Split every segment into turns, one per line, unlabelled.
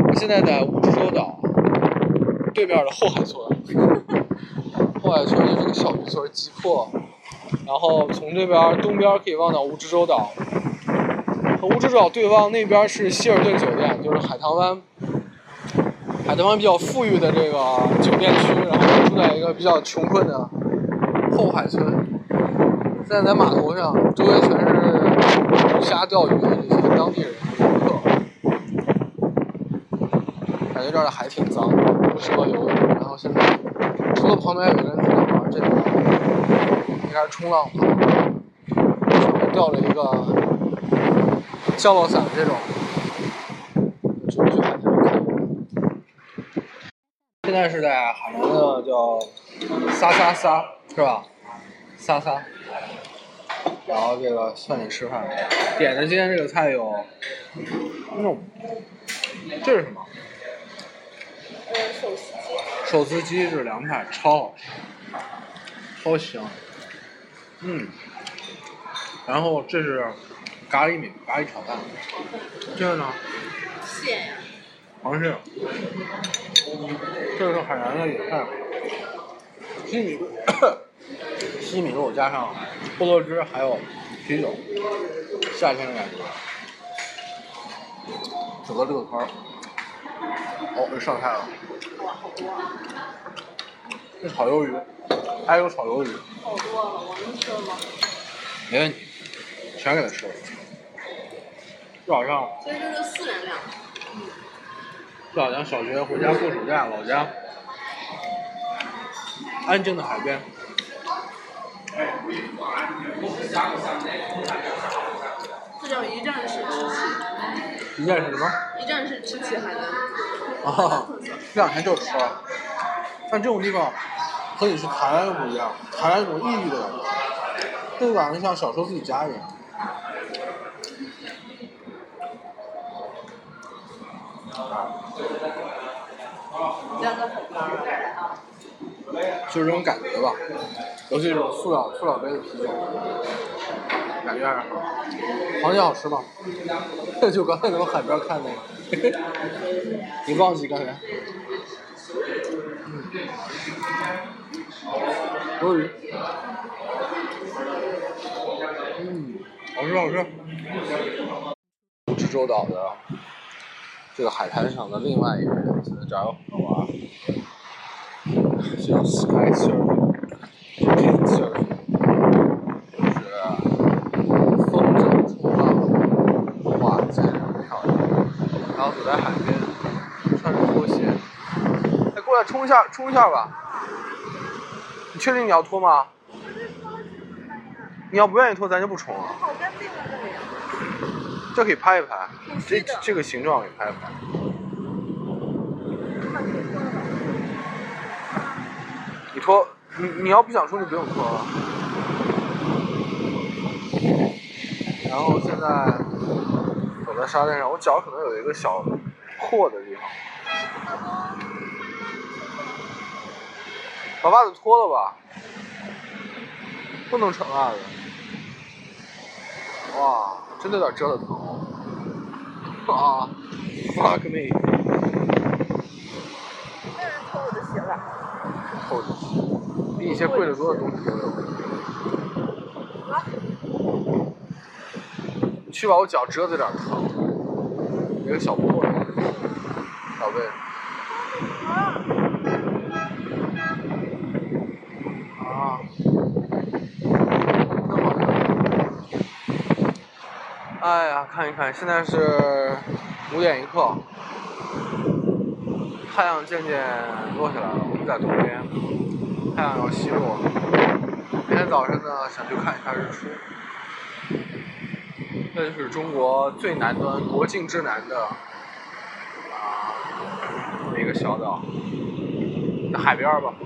我现在在蜈支洲岛对面的后海村，后海村就是个小渔村，吉珀。然后从这边东边可以望到蜈支洲岛，和蜈支洲岛对望那边是希尔顿酒店，就是海棠湾比较富裕的这个酒店区。然后我住在一个比较穷困的后海村，现在在码头上，周围全是鱼虾钓鱼的这些当地人游客，感觉这儿的海挺脏，不适合游泳。然后现在除了旁边有人在那玩，这边应该是冲浪吧，上面吊了一个降落伞这种，就去海滩上看。现在是在海南的叫撒撒撒是吧？撒撒。然后这个算你吃饭，点的今天这个菜有那种，这是什么？
手撕鸡。
手撕鸡是凉菜，超好吃，超香。然后这是咖喱米，咖喱炒蛋。这个呢？
蟹呀。
螃蟹。这是海南的野菜，西米露加上菠萝汁，还有啤酒，夏天的感觉。整个这个摊儿，这上菜了。
哇，好多啊！
这炒鱿鱼，还有炒鱿鱼。
好多了，我能吃了吗？
没问题，全给他吃了。就好像。
所以这是4人量。
就好像小学回家过暑假，老家安静的海边。
这叫一站式吃起。
一站是什么？
一站式吃起海南。
这2天就吃了。但这种地方和你去台湾又不一样，台湾有种异域的感觉，这个感觉像小时候自己家一样。就是这种感觉吧，尤其这种塑料杯的啤酒，感觉还是好。螃蟹好吃吗？就刚才那种海边看那个，你忘记刚才？鱿鱼，好吃好吃。蜈支洲岛的这个海滩上的另外一个人，现在这儿有很多玩，叫 Sky Surfing、King Surfing， 就是风筝冲浪，哇，简直很漂亮。然后走在海边，穿着拖鞋，哎，过来冲一下吧。你确定你要脱吗？你要不愿意脱，咱就不冲了。
好干净啊，这里。
这可以拍一拍，这个形状可以拍一拍。你脱，你要不想冲就不用脱了。然后现在走在沙滩上，我脚可能有一个小破的地方。把袜子脱了吧，不能穿袜子。哇，真的有点折得疼。啊 ，fuck me！
没有人偷我的鞋吧？
偷的，比一些贵得多的东西都有。你去吧，我脚折得有点疼，一个小破的，小贝。啊，真好看。哎呀，看一看，现在是5点1刻，太阳渐渐落下来了。我们在东边，太阳要西落。明天早晨呢，想去看一下日出。这就是中国最南端、国境之南的这么一个小岛，在海边吧。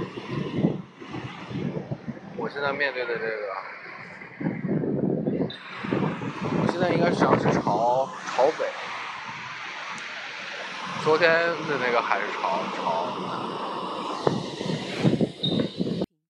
我现在面对的这个，我现在应该实际上是朝北。昨天的那个海是朝南。